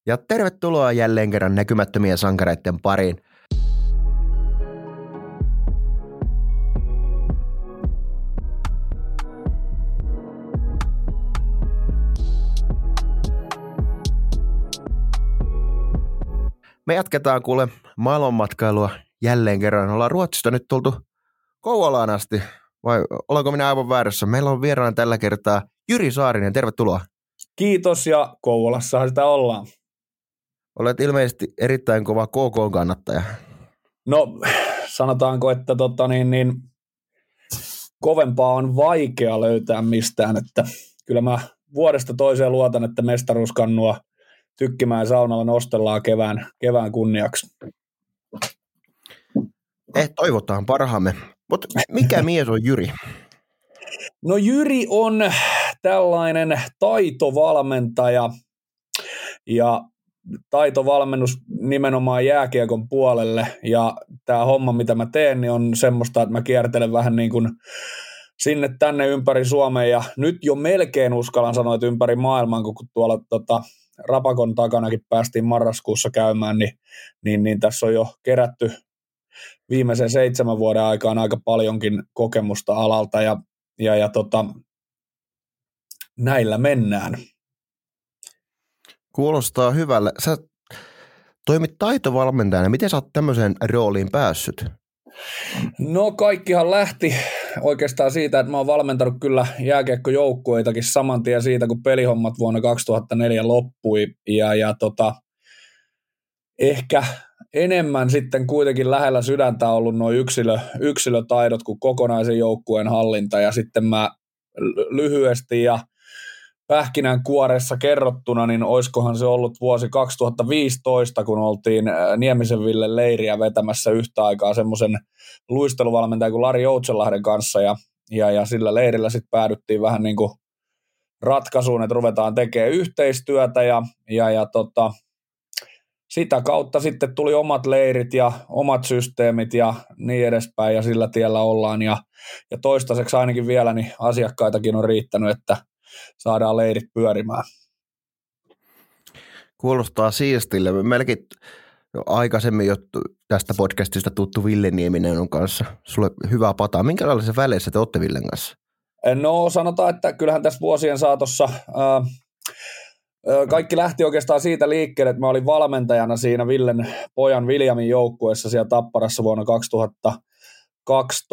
Ja tervetuloa jälleen kerran näkymättömien sankareiden pariin. Me jatketaan kuule maailmanmatkailua jälleen kerran. Ollaan Ruotsista nyt tultu Kouvolaan asti, vai olenko minä aivan väärässä? Meillä on vieraana tällä kertaa Jyri Saarinen, tervetuloa. Kiitos ja Kouvolassahan sitä ollaan. Olet ilmeisesti erittäin kova KK-kannattaja. No sanotaanko, että kovempaa on vaikea löytää mistään, että kyllä mä vuodesta toiseen luotan, että mestaruuskannua Tykkimään saunalla nostellaan kevään kunniaksi. Toivotaan parhaamme. Mutta mikä mies on Jyri? No Jyri on tällainen taitovalmentaja ja taitovalmennus nimenomaan jääkiekon puolelle, ja tämä homma, mitä mä teen, niin on semmoista, että mä kiertelen vähän niin kuin sinne tänne ympäri Suomea, ja nyt jo melkein uskallan sanoa, että ympäri maailman, kun tuolla Rapakon takanakin päästiin marraskuussa käymään, niin tässä on jo kerätty viimeisen 7 vuoden aikaan aika paljonkin kokemusta alalta, ja näillä mennään. Kuulostaa hyvälle. Sä toimit taitovalmentajana. Miten sä oot tämmöiseen rooliin päässyt? No kaikkihan lähti oikeastaan siitä, että mä oon valmentanut kyllä jääkiekkojoukkueitakin saman tien siitä, kun pelihommat vuonna 2004 loppui. Ehkä enemmän sitten kuitenkin lähellä sydäntä on ollut nuo yksilötaidot kuin kokonaisen joukkueen hallinta. Ja sitten mä lyhyesti ja pähkinänkuoressa kerrottuna, niin oiskohan se ollut vuosi 2015, kun oltiin Niemisen Ville leiriä vetämässä yhtä aikaa semmoisen luisteluvalmentajan kuin Lari Joutsenlahden kanssa, ja sillä leirillä sitten päädyttiin vähän niin kuin ratkaisuun, että ruvetaan tekemään yhteistyötä, ja sitä kautta sitten tuli omat leirit ja omat systeemit ja niin edespäin, ja sillä tiellä ollaan, ja toistaiseksi ainakin vielä niin asiakkaitakin on riittänyt, että saadaan leirit pyörimään. Kuulostaa siistille. Melkein aikaisemmin jo tästä podcastista tuttu Ville Nieminen on kanssa. Sulle hyvää pataa. Minkälaisessa väleissä te olette Villen kanssa? No sanotaan, että kyllähän tässä vuosien saatossa kaikki lähti oikeastaan siitä liikkeelle, että mä olin valmentajana siinä Villen pojan Viljamin joukkueessa siellä Tapparassa vuonna 2012-2013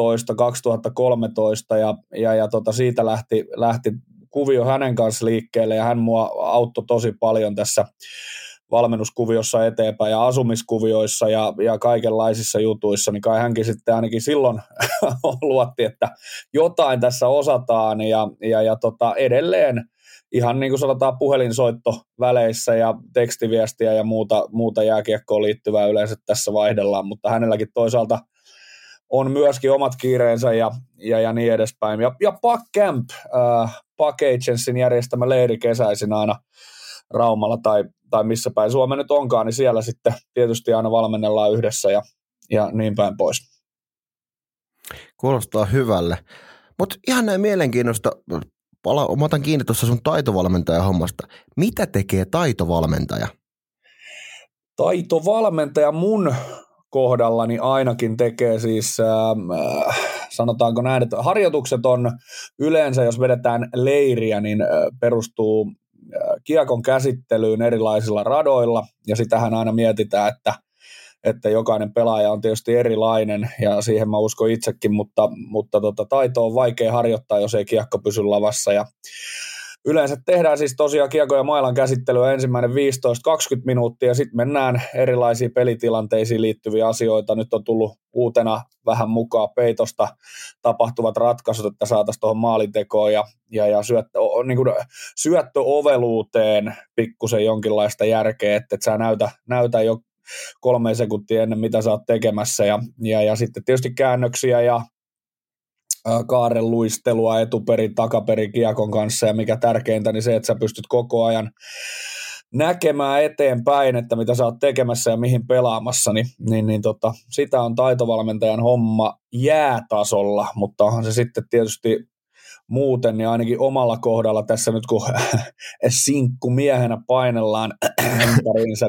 ja siitä lähti kuvio hänen kanssa liikkeelle, ja hän mua auttoi tosi paljon tässä valmennuskuviossa eteenpäin ja asumiskuvioissa ja kaikenlaisissa jutuissa, niin kai hänkin sitten ainakin silloin luotti, että jotain tässä osataan, ja edelleen ihan niin kuin sanotaan puhelinsoittoväleissä ja tekstiviestiä ja muuta jääkiekkoon liittyvää yleensä tässä vaihdellaan, mutta hänelläkin toisaalta on myöskin omat kiireensä ja niin edespäin. Ja Puck Camp, Puck Agencyn järjestämä leiri kesäisin aina Raumalla tai missä päin Suomi nyt onkaan, niin siellä sitten tietysti aina valmennellaan yhdessä ja niin päin pois. Kuulostaa hyvälle. Mutta ihan näin mielenkiinnosta, mä otan kiinni tuossa sun taitovalmentajan hommasta. Mitä tekee taitovalmentaja? Taitovalmentaja mun kohdallani ainakin tekee siis, sanotaanko näin, että harjoitukset on yleensä, jos vedetään leiriä, niin perustuu kiekon käsittelyyn erilaisilla radoilla, ja sitähän aina mietitään, että jokainen pelaaja on tietysti erilainen, ja siihen mä uskon itsekin, mutta taito on vaikea harjoittaa, jos ei kiekko pysy lavassa, ja yleensä tehdään siis tosiaan kiekon ja mailan käsittelyä ensimmäinen 15-20 minuuttia, ja sitten mennään erilaisiin pelitilanteisiin liittyviä asioita. Nyt on tullut uutena vähän mukaan peitosta tapahtuvat ratkaisut, että saataisiin tuohon maalintekoon ja niin kuin syöttöoveluuteen pikkusen jonkinlaista järkeä, että et sä näytä jo 3 sekuntia ennen mitä sä oot tekemässä, ja sitten tietysti käännöksiä ja kaaren luistelua etuperin, takaperin kiekon kanssa, ja mikä tärkeintä, niin se, että sä pystyt koko ajan näkemään eteenpäin, että mitä sä oot tekemässä ja mihin pelaamassa, niin sitä on taitovalmentajan homma jäätasolla, mutta onhan se sitten tietysti muuten, niin ainakin omalla kohdalla tässä nyt, kun sinkkumiehenä painellaan ympäriinsä,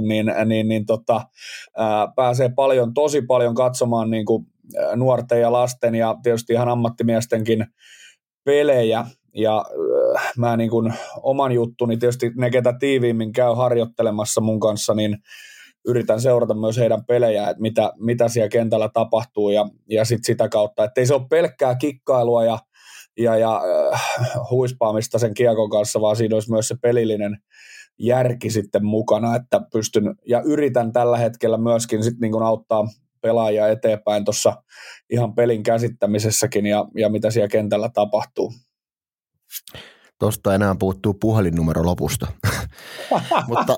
pääsee tosi paljon katsomaan niin kuin nuorten ja lasten ja tietysti ihan ammattimiestenkin pelejä, ja mä niin kuin oman juttuni, tietysti ne, ketä tiiviimmin käy harjoittelemassa mun kanssa, niin yritän seurata myös heidän pelejä, että mitä siellä kentällä tapahtuu, ja sit sitä kautta, ettei se ole pelkkää kikkailua ja huispaamista sen kiekon kanssa, vaan siinä olisi myös se pelillinen järki sitten mukana, että pystyn ja yritän tällä hetkellä myöskin sit niin kuin auttaa pelaajia eteenpäin tuossa ihan pelin käsittämisessäkin ja mitä siellä kentällä tapahtuu. Tuosta enää puuttuu puhelinnumero lopusta. Mutta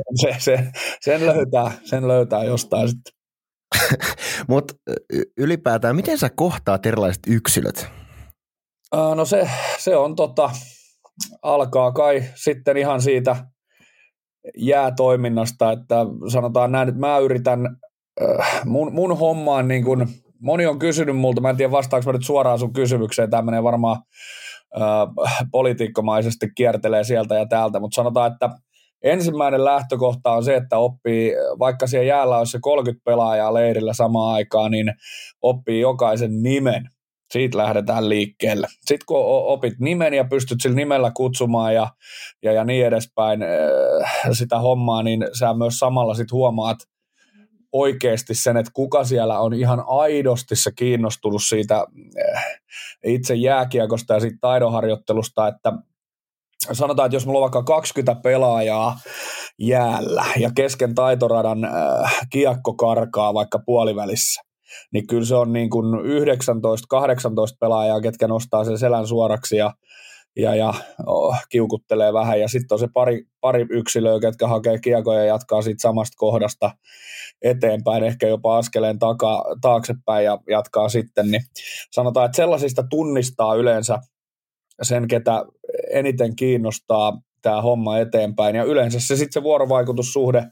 sen löytää jostain sitten. Mutta ylipäätään, miten sä kohtaat erilaiset yksilöt? No se on alkaa kai sitten ihan siitä jäätoiminnasta, että sanotaan näin, että mä yritän, mun hommaan niin kuin, moni on kysynyt multa, mä en tiedä vastaanko mä nyt suoraan sun kysymykseen, tämä menee varmaan politiikkomaisesti kiertelee sieltä ja täältä, mutta sanotaan, että ensimmäinen lähtökohta on se, että oppii, vaikka siellä jäällä olisi se 30 pelaajaa leirillä samaan aikaan, niin oppii jokaisen nimen. Siitä lähdetään liikkeelle. Sitten kun opit nimen ja pystyt sillä nimellä kutsumaan ja niin edespäin sitä hommaa, niin sä myös samalla sit huomaat oikeasti sen, että kuka siellä on ihan aidosti se kiinnostunut siitä itse jääkiekosta ja siitä taidonharjoittelusta, että sanotaan, että jos mulla on vaikka 20 pelaajaa jäällä ja kesken taitoradan kiekko karkaa vaikka puolivälissä, niin kyllä se on niin kuin 19-18 pelaajaa, ketkä nostaa sen selän suoraksi ja kiukuttelee vähän, ja sitten on se pari yksilöä, ketkä hakee kiekoja ja jatkaa siitä samasta kohdasta eteenpäin, ehkä jopa askeleen taaksepäin ja jatkaa sitten, niin sanotaan, että sellaisista tunnistaa yleensä sen, ketä eniten kiinnostaa tämä homma eteenpäin, ja yleensä se sitten se vuorovaikutussuhde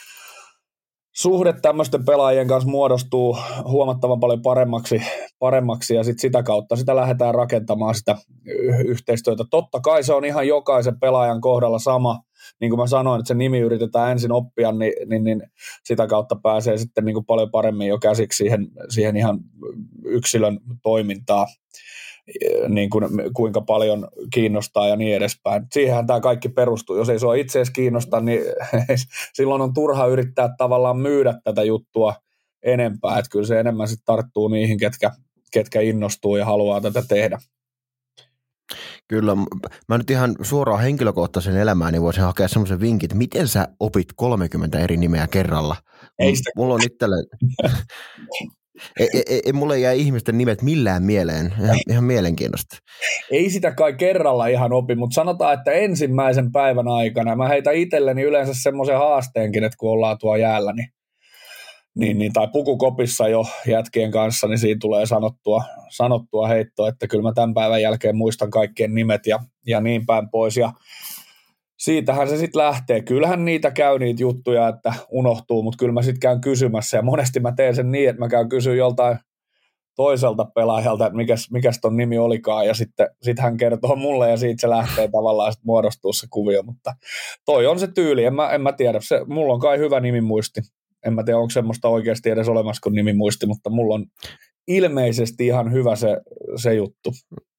tämmöisten pelaajien kanssa muodostuu huomattavan paljon paremmaksi ja sitten sitä kautta sitä lähdetään rakentamaan sitä yhteistyötä. Totta kai se on ihan jokaisen pelaajan kohdalla sama, niin kuin mä sanoin, että se nimi yritetään ensin oppia, niin sitä kautta pääsee sitten niin kuin paljon paremmin jo käsiksi siihen ihan yksilön toimintaan, niin kuin kuinka paljon kiinnostaa ja niin edespäin. Siihenhän tämä kaikki perustuu. Jos ei sua itseesi kiinnosta, niin silloin on turha yrittää tavallaan myydä tätä juttua enempää. Että kyllä se enemmän sitten tarttuu niihin, ketkä innostuu ja haluaa tätä tehdä. Kyllä. Mä nyt ihan suoraan henkilökohtaisen elämääni voisin hakea semmoisen vinkin, että miten sä opit 30 eri nimeä kerralla? Mulla on itselleen... Mulle ei jää ihmisten nimet millään mieleen, ihan mielenkiintoista. Ei sitä kai kerralla ihan opi, mutta sanotaan, että ensimmäisen päivän aikana mä heitän itselleni yleensä semmoisen haasteenkin, että kun ollaan tuolla jäällä, niin tai pukukopissa jo jätkien kanssa, niin siinä tulee sanottua heittoa, että kyllä mä tämän päivän jälkeen muistan kaikkien nimet ja niin päin pois, ja siitähän se sitten lähtee. Kyllähän niitä käy niitä juttuja, että unohtuu, mutta kyllä mä sitten käyn kysymässä, ja monesti mä teen sen niin, että mä käyn kysyä joltain toiselta pelaajalta, että mikäs ton nimi olikaan, ja sitten hän kertoo mulle, ja siitä se lähtee tavallaan sitten muodostua se kuvio, mutta toi on se tyyli, en mä tiedä, mulla on kai hyvä nimimuisti, en mä tiedä, onko semmoista oikeasti edes olemassa kuin nimimuisti, mutta mulla on ilmeisesti ihan hyvä se juttu.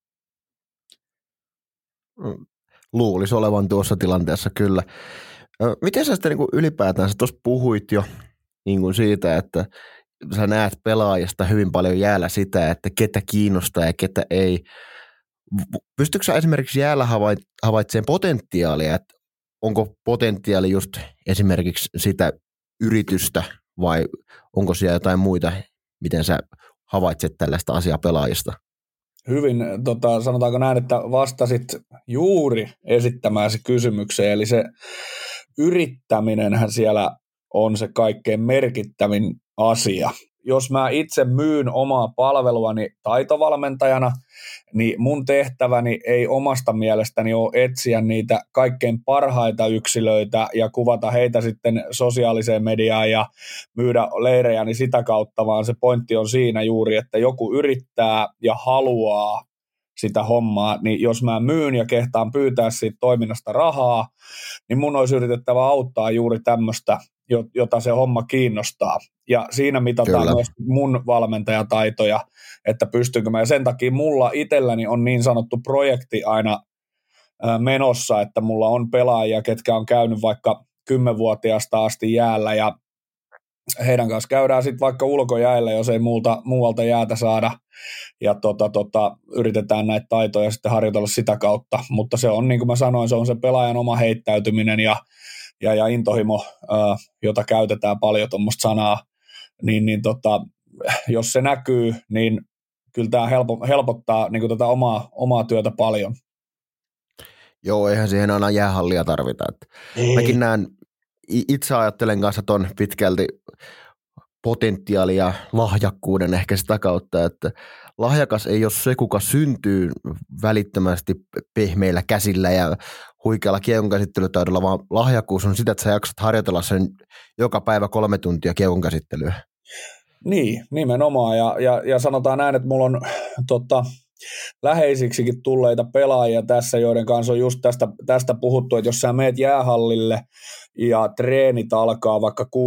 Luulisi olevan tuossa tilanteessa kyllä. Miten sä sitten niin ylipäätään, sä tuossa puhuit jo niin kuin siitä, että sä näet pelaajista hyvin paljon jäällä sitä, että ketä kiinnostaa ja ketä ei. Pystytkö sä esimerkiksi jäällä havaitsemaan potentiaalia, että onko potentiaali just esimerkiksi sitä yritystä vai onko siellä jotain muita, miten sä havaitset tällaista asiaa pelaajista? Hyvin, sanotaanko näin, että vastasit juuri esittämääsi kysymykseen, eli se yrittäminenhän siellä on se kaikkein merkittävin asia. Jos mä itse myyn omaa palveluani taitovalmentajana, niin mun tehtäväni ei omasta mielestäni ole etsiä niitä kaikkein parhaita yksilöitä ja kuvata heitä sitten sosiaaliseen mediaan ja myydä leirejä niin sitä kautta, vaan se pointti on siinä juuri, että joku yrittää ja haluaa sitä hommaa, niin jos mä myyn ja kehtaan pyytää siitä toiminnasta rahaa, niin mun olisi yritettävä auttaa juuri tämmöistä, jota se homma kiinnostaa. Ja siinä mitataan Kyllä. myös mun valmentajataitoja, että pystynkö mä. Ja sen takia mulla itselläni on niin sanottu projekti aina menossa, että mulla on pelaajia, ketkä on käynyt vaikka 10-vuotiaasta asti jäällä ja heidän kanssa käydään sitten vaikka ulkojäällä, jos ei muualta jäätä saada ja yritetään näitä taitoja sitten harjoitella sitä kautta, mutta se on niin kuin mä sanoin, se on se pelaajan oma heittäytyminen ja intohimo, jota käytetään paljon tuommoista sanaa, niin jos se näkyy, niin kyllä tämä helpottaa niin kuin tätä omaa työtä paljon. Joo, eihän siihen aina jäähallia tarvita. Mäkin näen, itse ajattelen kanssa ton pitkälti potentiaali ja lahjakkuuden ehkä sitä kautta, että lahjakas ei ole se, kuka syntyy välittömästi pehmeillä käsillä ja huikealla kiekon käsittelytaidolla, vaan lahjakkuus on sitä, että sä jaksat harjoitella sen joka päivä 3 tuntia kiekon käsittelyä. Niin, nimenomaan. Ja sanotaan näin, että mulla on läheisiksikin tulleita pelaajia tässä, joiden kanssa on just tästä puhuttu, että jos sä meet jäähallille ja treenit alkaa vaikka 16.45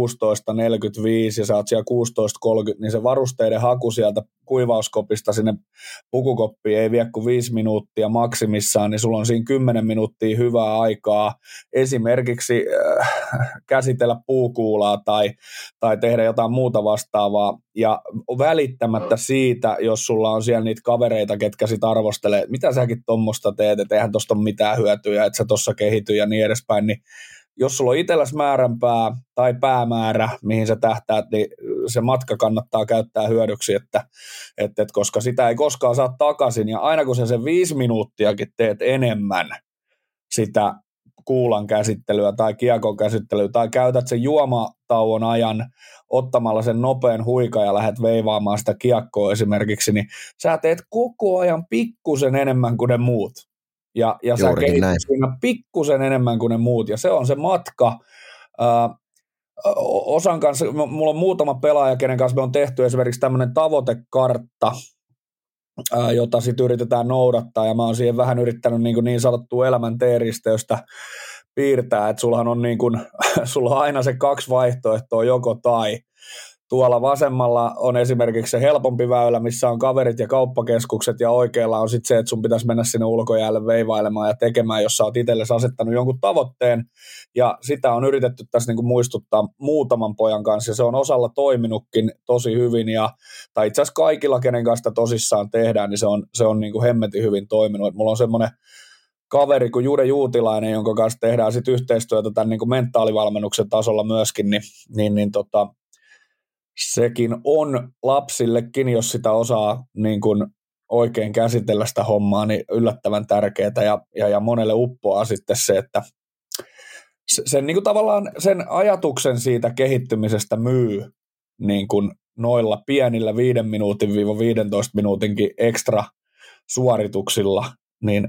ja sä oot siellä 16.30, niin se varusteiden haku sieltä kuivauskopista sinne pukukoppiin ei vie kuin 5 minuuttia maksimissaan, niin sulla on siinä 10 minuuttia hyvää aikaa esimerkiksi käsitellä puukuulaa tai tehdä jotain muuta vastaavaa, ja välittämättä siitä, jos sulla on siellä niitä kavereita, ketkä sit arvostelee, mitä säkin tuommoista teet, että eihän tuosta ole mitään hyötyä, että sä tuossa kehity ja niin edespäin, niin jos sulla on itselläsi määränpää tai päämäärä, mihin sä tähtäät, niin se matka kannattaa käyttää hyödyksi, että koska sitä ei koskaan saa takaisin, ja aina kun sä sen 5 minuuttiakin teet enemmän sitä kuulan käsittelyä tai kiekon käsittelyä, tai käytät sen juomatauon ajan ottamalla sen nopean huikan ja lähdet veivaamaan sitä kiekkoa esimerkiksi, niin sä teet koko ajan pikkusen enemmän kuin ne muut. Ja sä kehität siinä pikkusen enemmän kuin ne muut, ja se on se matka. Osan kanssa, mulla on muutama pelaaja, kenen kanssa me on tehty esimerkiksi tämmöinen tavoitekartta, jota sitten yritetään noudattaa, ja mä oon siihen vähän yrittänyt niin sanottua elämän teeristeystä piirtää, että sulla on aina se 2 vaihtoehtoa, joko tai. Tuolla vasemmalla on esimerkiksi se helpompi väylä, missä on kaverit ja kauppakeskukset, ja oikealla on sitten se, että sun pitäisi mennä sinne ulkojäälle veivailemaan ja tekemään, jos sä oot itsellesi asettanut jonkun tavoitteen, ja sitä on yritetty tässä niin muistuttaa muutaman pojan kanssa, ja se on osalla toiminutkin tosi hyvin, tai itse asiassa kaikilla, kenen kanssa tosissaan tehdään, niin se on niin kuin hemmetin hyvin toiminut. Et mulla on semmoinen kaveri kuin Jude Juutilainen, jonka kanssa tehdään sit yhteistyötä tämän niin kuin mentaalivalmennuksen tasolla myöskin, niin sekin on lapsillekin, jos sitä osaa niin kuin oikein käsitellä sitä hommaa, niin yllättävän tärkeää, ja monelle uppoaa sitten se, että sen niin kuin tavallaan sen ajatuksen siitä kehittymisestä myy niin kuin noilla pienillä 5 minuutin-15 minuutinkin ekstra suorituksilla, niin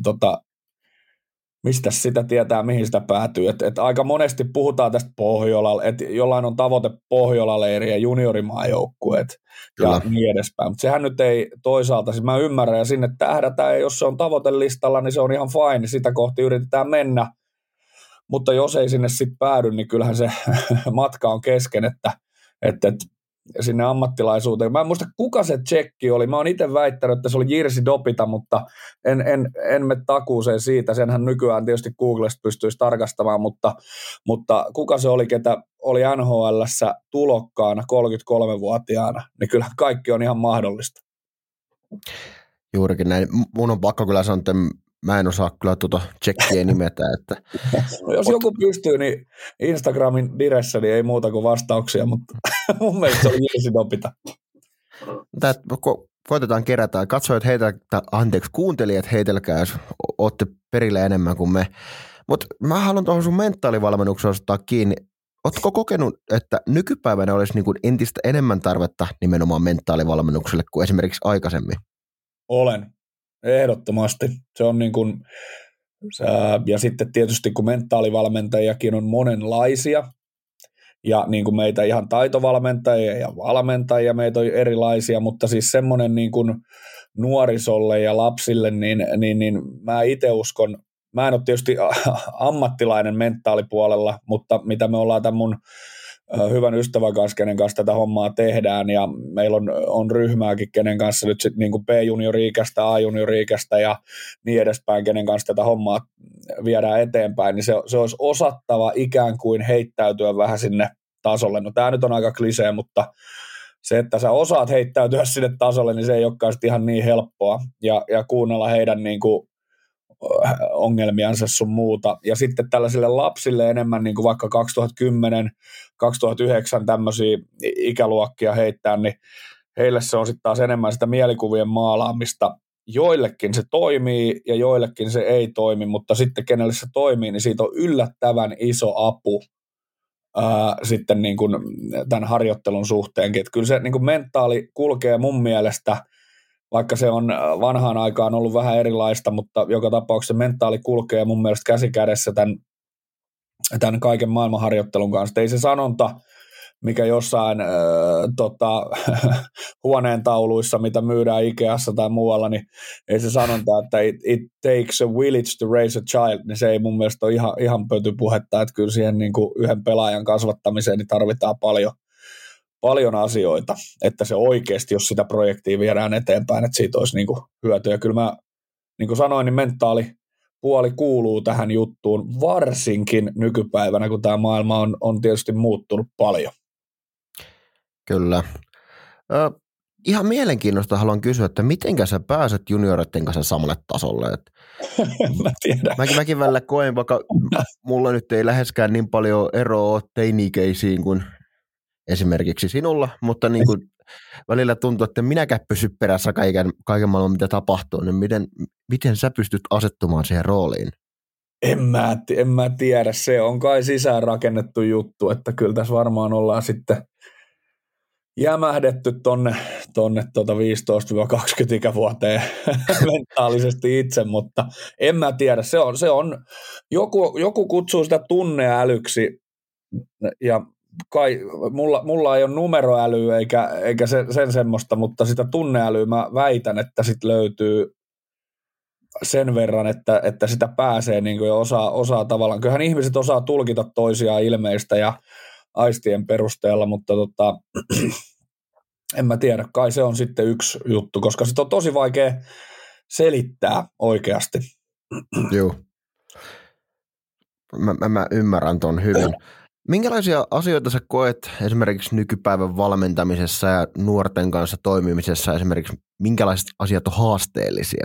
mistä sitä tietää, mihin sitä päätyy. Et aika monesti puhutaan tästä Pohjola, että jollain on tavoite Pohjola-leiri ja juniorimaajoukkueet ja niin edespäin. Mutta sehän nyt ei toisaalta, siis mä ymmärrän, ja sinne tähdätään, ja jos se on tavoitelistalla, niin se on ihan fine, sitä kohti yritetään mennä. Mutta jos ei sinne sitten päädy, niin kyllähän se matka on kesken, että sinne ammattilaisuuteen. Mä en muista, kuka se tsekki oli. Mä oon itse väittänyt, että se oli Jirsi Dopita, mutta en mene takuuseen siitä. Senhän nykyään tietysti Googlesta pystyisi tarkastamaan, mutta kuka se oli, ketä oli NHL:ssä tulokkaana 33-vuotiaana, niin kyllä kaikki on ihan mahdollista. Juurikin näin. Mun on pakko kyllä sanoa, että mä en osaa kyllä tuota tsekkiä nimetä. Että no jos joku pystyy, niin Instagramin diressä niin ei muuta kuin vastauksia, mutta mun mielestä se on Jirsi Dopita. Koitetaan kerätä. Katsojat kuuntelijat heitelkää, jos ootte perille enemmän kuin me. Mutta mä haluan tuohon sun mentaalivalmennukseen ottaa kiinni. Ootko kokenut, että nykypäivänä olisi niin kuin entistä enemmän tarvetta nimenomaan mentaalivalmennukselle kuin esimerkiksi aikaisemmin? Olen. Ehdottomasti. Se on niin kuin, ja sitten tietysti kun mentaalivalmentajiakin on monenlaisia, ja niin kuin meitä ihan taitovalmentajia ja valmentajia, meitä on erilaisia, mutta siis semmoinen niin kuin nuorisolle ja lapsille, niin mä itse uskon, mä en ole tietysti ammattilainen mentaalipuolella, mutta mitä me ollaan tämän mun hyvän ystävän kanssa, kenen kanssa tätä hommaa tehdään, ja meillä on ryhmääkin, kenen kanssa nyt sitten niin kuin B-juniori-ikäistä, A-juniori-ikäistä ja niin edespäin, kenen kanssa tätä hommaa viedään eteenpäin, niin se olisi osattava ikään kuin heittäytyä vähän sinne tasolle. No tämä nyt on aika klisee, mutta se, että sä osaat heittäytyä sinne tasolle, niin se ei olekaan ihan niin helppoa, ja kuunnella heidän niin kuin ongelmiansa sun muuta. Ja sitten tällaisille lapsille enemmän niin kuin vaikka 2010, 2009 tämmöisiä ikäluokkia heittää, niin heille se on sitten taas enemmän sitä mielikuvien maalaamista. Joillekin se toimii ja joillekin se ei toimi, mutta sitten kenelle se toimii, niin siitä on yllättävän iso apu sitten niin kuin tämän harjoittelun suhteenkin. Että kyllä se niin kuin mentaali kulkee mun mielestä, vaikka se on vanhaan aikaan ollut vähän erilaista, mutta joka tapauksessa mentaali kulkee mun mielestä käsi kädessä tämän kaiken maailman harjoittelun kanssa. Ei se sanonta, mikä jossain huoneen tauluissa, mitä myydään Ikeassa tai muualla, niin ei se sanonta, että it takes a village to raise a child, niin se ei mun mielestä ole ihan pötypuhetta, että kyllä siihen niin kuin yhden pelaajan kasvattamiseen niin tarvitaan paljon asioita, että se oikeasti, jos sitä projektia viedään eteenpäin, että siitä olisi niin kuin hyötyä. Kyllä mä, niin kuin sanoin, niin mentaalipuoli kuuluu tähän juttuun, varsinkin nykypäivänä, kun tämä maailma on tietysti muuttunut paljon. Kyllä. Ihan mielenkiinnosta haluan kysyä, että mitenkä sä pääset junioreiden kanssa samalle tasolle? Mä tiedän. Mäkin välillä koen, vaikka mulla nyt ei läheskään niin paljon eroa teini-ikäisiin kuin esimerkiksi sinulla, mutta niin kuin välillä tuntuu, että minäkään pysy perässä kaiken maailman, mitä tapahtuu, niin miten sä pystyt asettumaan siihen rooliin? En mä tiedä, se on kai sisään rakennettu juttu, että kyllä tässä varmaan ollaan sitten jämähdetty tonne 15-20 ikävuoteen mentaalisesti itse, mutta en mä tiedä, se on joku kutsuu sitä tunneälyksi, ja kai mulla ei ole numeroälyä eikä sen semmoista, mutta sitä tunneälyä mä väitän, että sit löytyy sen verran, että sitä pääsee niin kuin ja osaa tavallaan. Kyllähän ihmiset osaa tulkita toisiaan ilmeistä ja aistien perusteella, mutta en mä tiedä, kai se on sitten yksi juttu, koska sit on tosi vaikea selittää oikeasti. Joo. Mä ymmärrän ton hyvin. Minkälaisia asioita sä koet esimerkiksi nykypäivän valmentamisessa ja nuorten kanssa toimimisessa, esimerkiksi minkälaiset asiat on haasteellisia?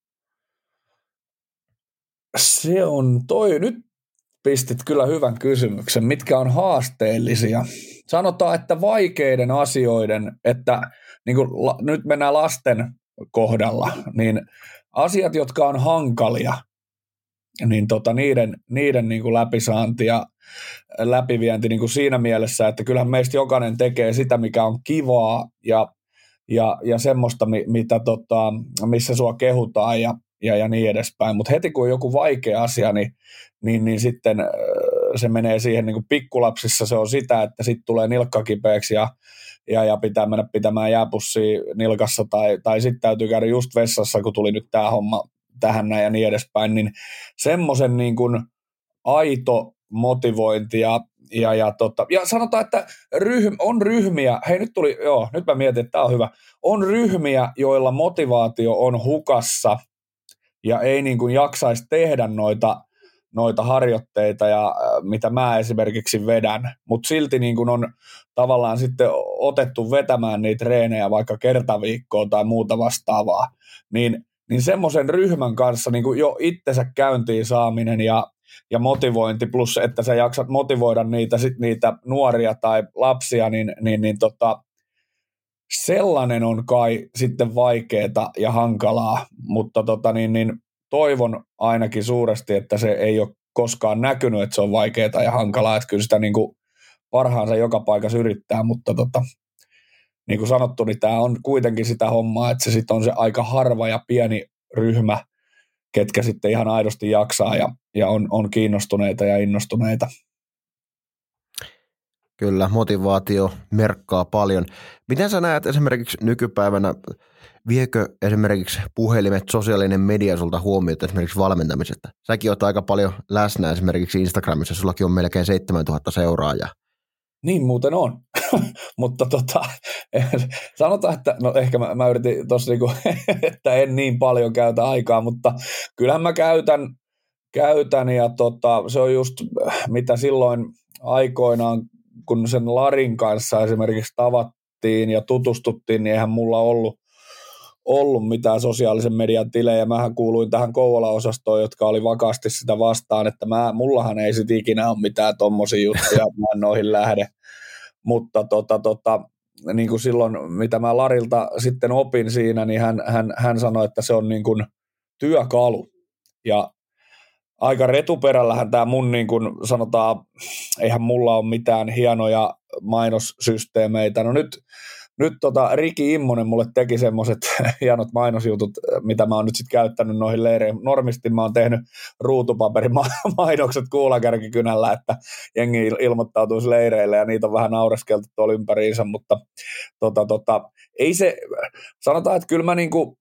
Se on nyt pistit kyllä hyvän kysymyksen. Mitkä on haasteellisia? Sanotaan, että vaikeiden asioiden, että niin kuin nyt mennään lasten kohdalla, niin asiat, jotka on hankalia, niin niiden niin kuin läpisaanti ja läpivienti niin kuin siinä mielessä, että kyllähän meistä jokainen tekee sitä, mikä on kivaa ja semmoista, missä sua kehutaan ja niin edespäin. Mutta heti kun on joku vaikea asia, niin sitten se menee siihen, niin kuin pikkulapsissa se on sitä, että sitten tulee nilkka kipeäksi ja pitää mennä pitämään jääpussia nilkassa tai sitten täytyy käydä just vessassa, kun tuli nyt tämä homma tähän näin ja niin edespäin, niin semmoisen niin kuin aito motivointi ja sanotaan, että on ryhmiä, nyt mä mietin, että tämä on hyvä, on ryhmiä, joilla motivaatio on hukassa ja ei niin kuin jaksaisi tehdä noita harjoitteita, ja mitä mä esimerkiksi vedän, mutta silti niin kuin on tavallaan sitten otettu vetämään niitä treenejä vaikka kertaviikkoon tai muuta vastaavaa, niin semmoisen ryhmän kanssa niin kuin jo itsensä käyntiin saaminen ja motivointi, plus että sä jaksat motivoida niitä nuoria tai lapsia, niin sellainen on kai sitten vaikeaa ja hankalaa, mutta toivon ainakin suuresti, että se ei ole koskaan näkynyt, että se on vaikeaa ja hankalaa, että kyllä sitä niin kuin parhaansa joka paikassa yrittää, mutta niin kuin sanottu, niin tämä on kuitenkin sitä hommaa, että se sitten on se aika harva ja pieni ryhmä, ketkä sitten ihan aidosti jaksaa ja on kiinnostuneita ja innostuneita. Kyllä, motivaatio merkkaa paljon. Miten sä näet esimerkiksi nykypäivänä, viekö esimerkiksi puhelimet, sosiaalinen media sulta huomiota esimerkiksi valmentamisesta? Säkin oot aika paljon läsnä esimerkiksi Instagramissa, sullakin on melkein 7000 seuraajaa. Niin muuten on, mutta sanotaan, että no ehkä mä yritin tuossa niinku, että en niin paljon käytä aikaa, mutta kyllähän mä käytän ja se on just mitä silloin aikoinaan, kun sen Larin kanssa esimerkiksi tavattiin ja tutustuttiin, niin eihän mulla ollut mitään sosiaalisen median tilejä. Mähän kuuluin tähän Kouvola-osastoon, jotka oli vakaasti sitä vastaan, että mullahan ei sit ikinä ole mitään tommosia juttuja, mä en noihin lähde. Mutta niin kuin silloin, mitä mä Larilta sitten opin siinä, niin hän sanoi, että se on niin kuin työkalu. Ja aika retuperällähän tämä mun, niin kuin sanotaan, eihän mulla ole mitään hienoja mainossysteemeitä. No nyt Riki Immonen mulle teki semmoiset hienot mainosjutut, mitä mä oon nyt sitten käyttänyt noihin leireihin. Normisti mä oon tehnyt ruutupaperimainokset kuulakärkikynällä, että jengi ilmoittautuisi leireille ja niitä on vähän naureskeltu tuolla ympäriinsä, mutta ei se, sanotaan, että kyllä mä niinku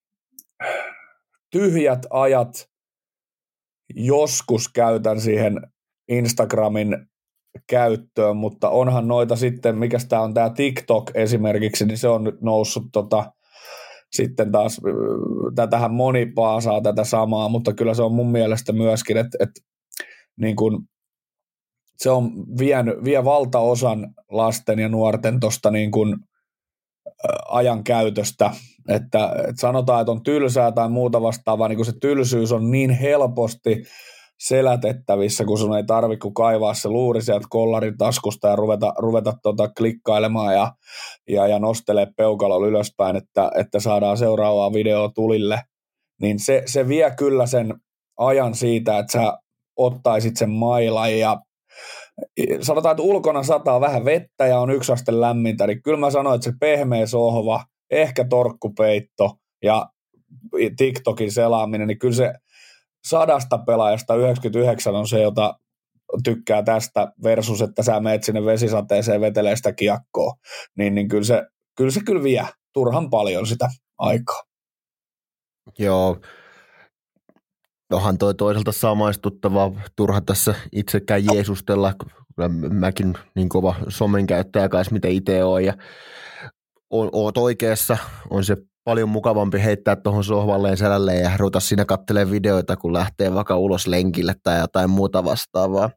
tyhjät ajat joskus käytän siihen Instagramin käyttöön, mutta onhan noita sitten, mikäs tää on tää TikTok esimerkiksi, niin se on nyt noussut sitten taas, tätähän moni paasaa tätä samaa, mutta kyllä se on mun mielestä myöskin, että niin kun se on vie valtaosan lasten ja nuorten tosta niin kun ajan käytöstä, että sanotaan, että on tylsää tai muuta vastaavaa, niin kun se tylsyys on niin helposti selätettävissä, kun sun ei tarvitse kuin kaivaa se luuri sieltä kollarin taskusta ja ruveta klikkailemaan ja nostelee peukalolla ylöspäin, että saadaan seuraavaa videoa tulille, niin se vie kyllä sen ajan siitä, että sä ottaisit sen mailan ja sanotaan, että ulkona sataa vähän vettä ja on 1 aste lämmintä, niin kyllä mä sanoin, että se pehmeä sohva, ehkä torkkupeitto ja TikTokin selaaminen, niin kyllä se 100 pelaajasta 99 on se, jota tykkää tästä versus, että sä meet sinne vesisateeseen vetelee sitä kiekkoa, niin kyllä se vie turhan paljon sitä aikaa. Joo, onhan toi toisaalta samaistuttavaa, turha tässä itsekään jeesustella, mäkin niin kova somen käyttäjä kanssa, mitä itse on, ja oot oikeassa, on se paljon mukavampi heittää tuohon sohvalleen selälleen ja ruveta siinä katselemaan videoita, kun lähtee vaikka ulos lenkille tai jotain muuta vastaavaa.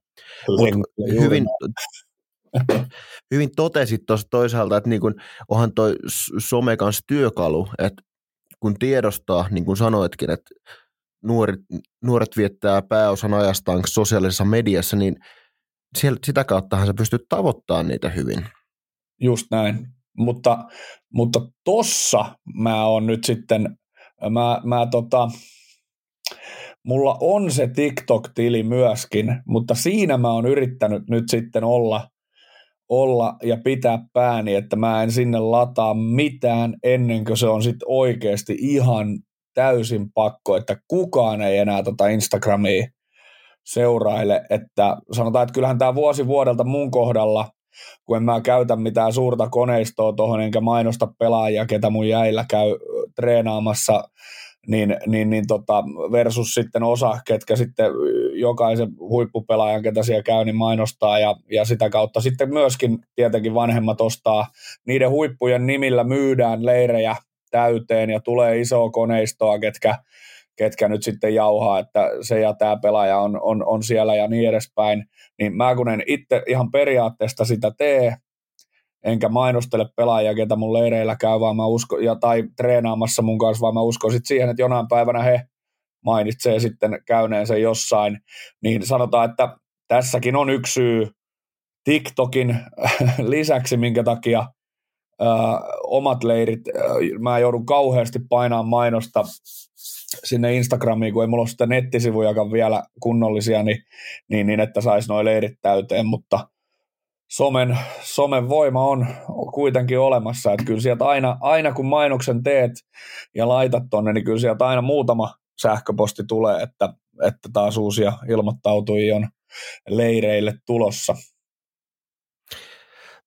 Hyvin totesit tuossa toisaalta, että niin kun, onhan toi some kanssa työkalu, että kun tiedostaa, niin kuin sanoitkin, että nuoret viettää pääosan ajastaan sosiaalisessa mediassa, niin sitä kauttahan sä pystyt tavoittamaan niitä hyvin. Just näin. Mutta tossa mä oon nyt sitten, mulla on se TikTok-tili myöskin, mutta siinä mä oon yrittänyt nyt sitten olla ja pitää pääni, että mä en sinne lataa mitään ennen kuin se on sitten oikeasti ihan täysin pakko, että kukaan ei enää Instagramia seuraile, että sanotaan, että kyllähän tämä vuosi vuodelta mun kohdalla, kun en mä käytä mitään suurta koneistoa tuohon, enkä mainosta pelaajia, ketä mun jäillä käy treenaamassa, niin versus sitten osa, ketkä sitten jokaisen huippupelaajan, ketä siellä käy, niin mainostaa, ja sitä kautta sitten myöskin tietenkin vanhemmat ostaa, niiden huippujen nimillä myydään leirejä täyteen, ja tulee isoa koneistoa, ketkä nyt sitten jauhaa, että se ja tämä pelaaja on siellä ja niin edespäin, niin mä kun en itse ihan periaatteesta sitä tee, enkä mainostele pelaajia, ketä mun leireillä käy, vaan mä uskon, tai treenaamassa mun kanssa, vaan mä uskon sitten siihen, että jonain päivänä he mainitsee sitten käyneensä jossain, niin sanotaan, että tässäkin on yksi syy TikTokin lisäksi, minkä takia omat leirit, mä joudun kauheasti painaa mainosta sinne Instagramiin, kun ei mulla ole sitä nettisivujakaan vielä kunnollisia, niin että saisi nuo leirit täyteen, mutta somen voima on kuitenkin olemassa, että kyllä sieltä aina kun mainoksen teet ja laitat tonne, niin kyllä sieltä aina muutama sähköposti tulee, että taas uusia ilmoittautujia on leireille tulossa.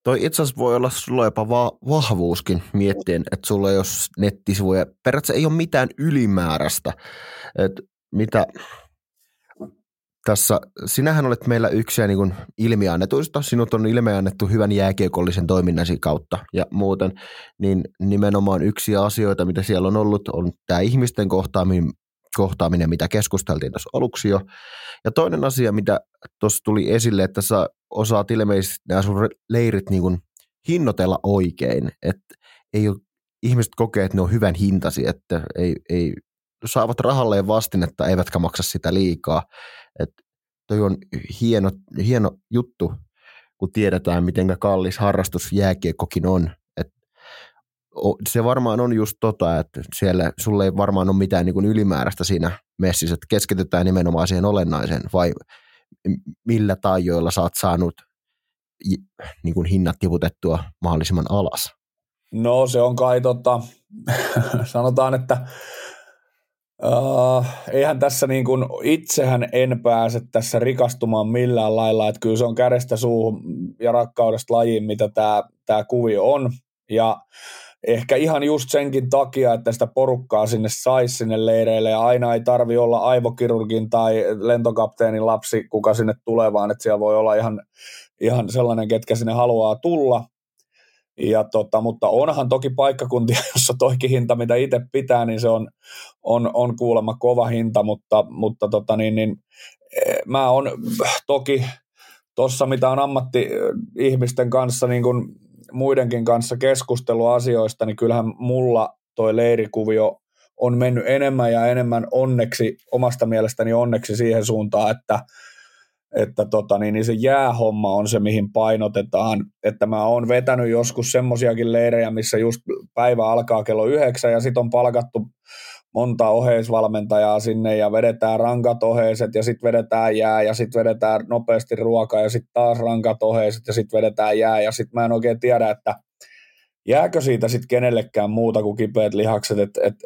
Toi itse asiassa voi olla sulla jopa vahvuuskin miettien, että sulla ei ole nettisivuja. Periaatteessa ei ole mitään ylimääräistä. Että mitä tässä, sinähän olet meillä yksiä niin kuin ilmiannetuista, sinut on ilmiannettu hyvän jääkiekollisen toiminnasi kautta ja muuten, niin nimenomaan yksi asioita, mitä siellä on ollut, on tämä ihmisten kohtaaminen, mitä keskusteltiin tuossa aluksi jo. Ja toinen asia, mitä tuossa tuli esille, että sä osaat ilmeisesti nämä sun leirit niin kuin hinnoitella oikein, että ei ole, ihmiset kokee, että ne on hyvän hintasi, että ei saavat rahalleen vastinetta, eivätkä maksa sitä liikaa. Että toi on hieno juttu, kun tiedetään, miten kallis harrastus jääkiekkokin on. Et se varmaan on just että siellä sulle ei varmaan ole mitään niin kuin ylimääräistä siinä messissä, että keskitytään nimenomaan siihen olennaiseen, vai millä taajoilla sä oot saanut niin kuin hinnat tiputettua mahdollisimman alas? No se on kai sanotaan, että eihän tässä niin kuin, itsehän en pääse tässä rikastumaan millään lailla, että kyllä se on kädestä suuhun ja rakkaudesta lajiin, mitä tämä kuvio on, ja ehkä ihan just senkin takia, että sitä porukkaa sinne saisi sinne leireille, ja aina ei tarvi olla aivokirurgin tai lentokapteenin lapsi, kuka sinne tulee, vaan että siellä voi olla ihan sellainen, ketkä sinne haluaa tulla. Ja mutta onhan toki paikkakuntia, jossa toikin hinta, mitä itse pitää, niin se on kuulemma kova hinta, mutta mä on toki tuossa, mitä on ammatti-ihmisten kanssa, niin kuin muidenkin kanssa keskusteluasioista, niin kyllähän mulla toi leirikuvio on mennyt enemmän ja enemmän onneksi, omasta mielestäni onneksi siihen suuntaan, että se jäähomma on se, mihin painotetaan, että mä oon vetänyt joskus semmosiakin leirejä, missä just päivä alkaa kello 9 ja sit on palkattu monta oheisvalmentajaa sinne ja vedetään rankat oheiset ja sit vedetään jää ja sit vedetään nopeasti ruokaa ja sit taas rankat oheiset ja sit vedetään jää ja sit mä en oikein tiedä, että jääkö siitä sit kenellekään muuta kuin kipeät lihakset,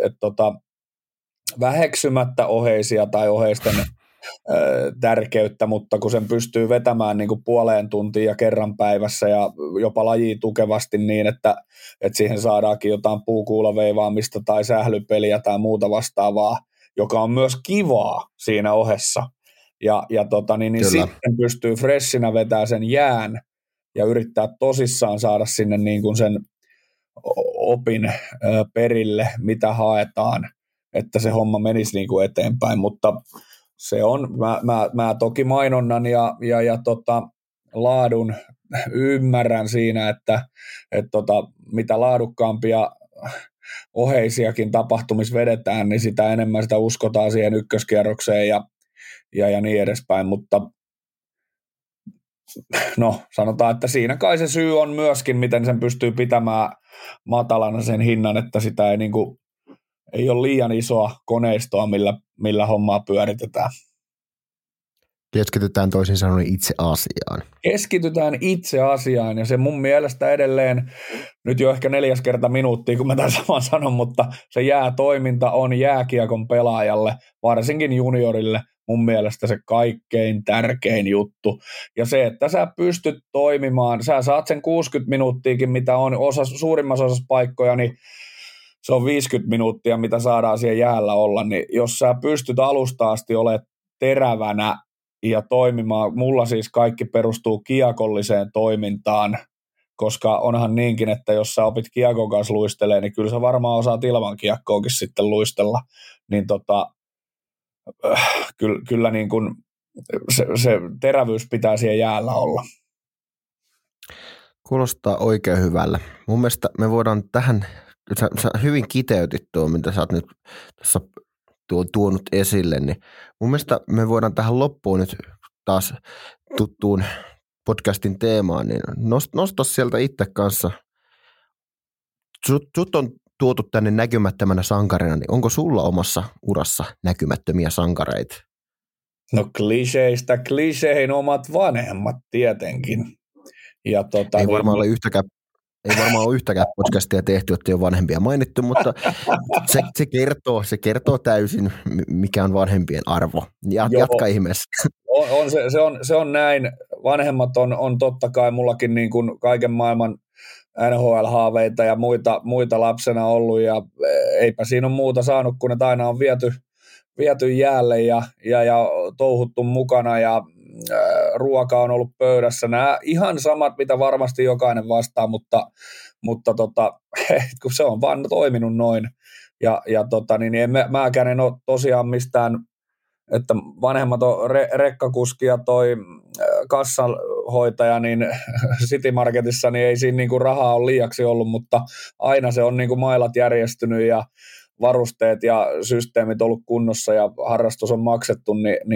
väheksymättä oheisia tai oheisten tärkeyttä, mutta kun sen pystyy vetämään niin kuin puoleen tuntiin ja kerran päivässä ja jopa lajia tukevasti niin, että siihen saadaankin jotain puukuulaveivaamista tai sählypeliä tai muuta vastaavaa, joka on myös kivaa siinä ohessa. Ja sitten pystyy freshinä vetää sen jään ja yrittää tosissaan saada sinne niin kuin sen opin perille, mitä haetaan, että se homma menisi niin kuin eteenpäin, mutta se on, mä toki mainonnan ja laadun ymmärrän siinä, että mitä laadukkaampia oheisiakin tapahtumissa vedetään, niin sitä enemmän sitä uskotaan siihen ykköskierrokseen ja niin edespäin, mutta no sanotaan, että siinä kai se syy on myöskin, miten sen pystyy pitämään matalana sen hinnan, että sitä ei ole liian isoa koneistoa, millä hommaa pyöritetään. Keskitytään toisin sanoen itse asiaan. Keskitytään itse asiaan, ja se mun mielestä edelleen, nyt jo ehkä 4. kerta minuuttia, kun mä tämän saman sanon, mutta se jäätoiminta on jääkiekon pelaajalle, varsinkin juniorille, mun mielestä se kaikkein tärkein juttu. Ja se, että sä pystyt toimimaan, sä saat sen 60 minuuttiakin, mitä on suurimmassa osassa paikkoja, niin se on 50 minuuttia, mitä saadaan siellä jäällä olla, niin jos sä pystyt alusta asti olemaan terävänä ja toimimaan, mulla siis kaikki perustuu kiekolliseen toimintaan, koska onhan niinkin, että jos sä opit kiekon kanssa luistelee, niin kyllä sä varmaan osaat ilman kiekkoakin sitten luistella, niin kyllä niin kuin se terävyys pitää siellä jäällä olla. Kuulostaa oikein hyvälle. Mun mielestä me voidaan tähän, sä hyvin kiteytit tuo, mitä sä oot nyt tässä tuonut esille, niin mun mielestä me voidaan tähän loppuun nyt taas tuttuun podcastin teemaan, niin nosta sieltä itse kanssa. Sut on tuotu tänne näkymättömänä sankarina, niin onko sulla omassa urassa näkymättömiä sankareita? No klisein omat vanhemmat tietenkin. Ja ei varmaan ole yhtäkään podcastia tehty, että ei ole vanhempia mainittu, mutta se kertoo täysin, mikä on vanhempien arvo. Jatka ihmeessä. Se on näin. vanhemmat on totta kai mullakin niin kuin kaiken maailman NHL-haaveita ja muita lapsena ollut, ja eipä siinä ole muuta saanut, kun ne aina on viety jäälle ja touhuttu mukana, ja ruoka on ollut pöydässä. Nämä ihan samat, mitä varmasti jokainen vastaa, mutta kun se on vaan toiminut noin. Niin mäkään en ole tosiaan mistään, että vanhemmat on rekkakuski ja toi kassanhoitaja, niin City Marketissa niin ei siinä niinku rahaa ole liiaksi ollut, mutta aina se on niinku mailat järjestynyt ja varusteet ja systeemit ollut kunnossa ja harrastus on maksettu,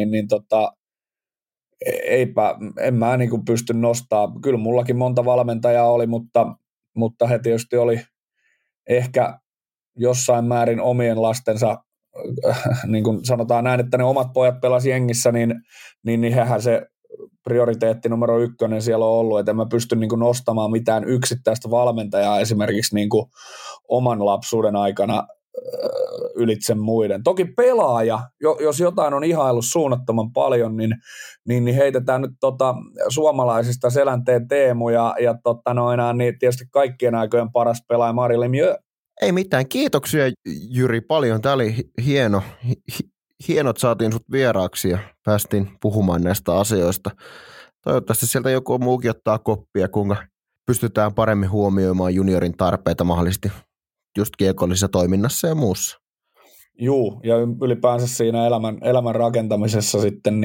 en mä niinku pysty nostamaan. Kyllä mullakin monta valmentajaa oli, mutta he tietysti oli ehkä jossain määrin omien lastensa, niin kuin sanotaan näin, että ne omat pojat pelasi jengissä, niin hehän se prioriteetti numero 1 siellä on ollut, että en mä pysty niin kuin nostamaan mitään yksittäistä valmentajaa esimerkiksi niin kuin oman lapsuuden aikana ylitse muiden. Toki pelaaja, jos jotain on ihaillut suunnattoman paljon, niin heitetään nyt suomalaisista Selänteen Teemu ja niin tietysti kaikkien aikojen paras pelaaja Mari Lemieux. Ei mitään. Kiitoksia Jyri paljon. Tämä oli hieno. Hienot saatiin sut vieraaksi ja päästiin puhumaan näistä asioista. Toivottavasti sieltä joku muukin ottaa koppia, kuinka pystytään paremmin huomioimaan juniorin tarpeita mahdollisesti just kiekollisessa toiminnassa ja muussa. Juu, ja ylipäänsä siinä elämän rakentamisessa sitten,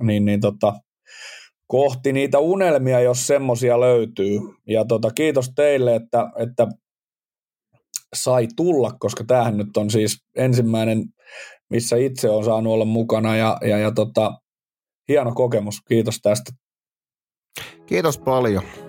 kohti niitä unelmia, jos semmoisia löytyy. Ja kiitos teille, että sai tulla, koska tämähän nyt on siis ensimmäinen, missä itse on saanut olla mukana, ja hieno kokemus. Kiitos tästä. Kiitos paljon.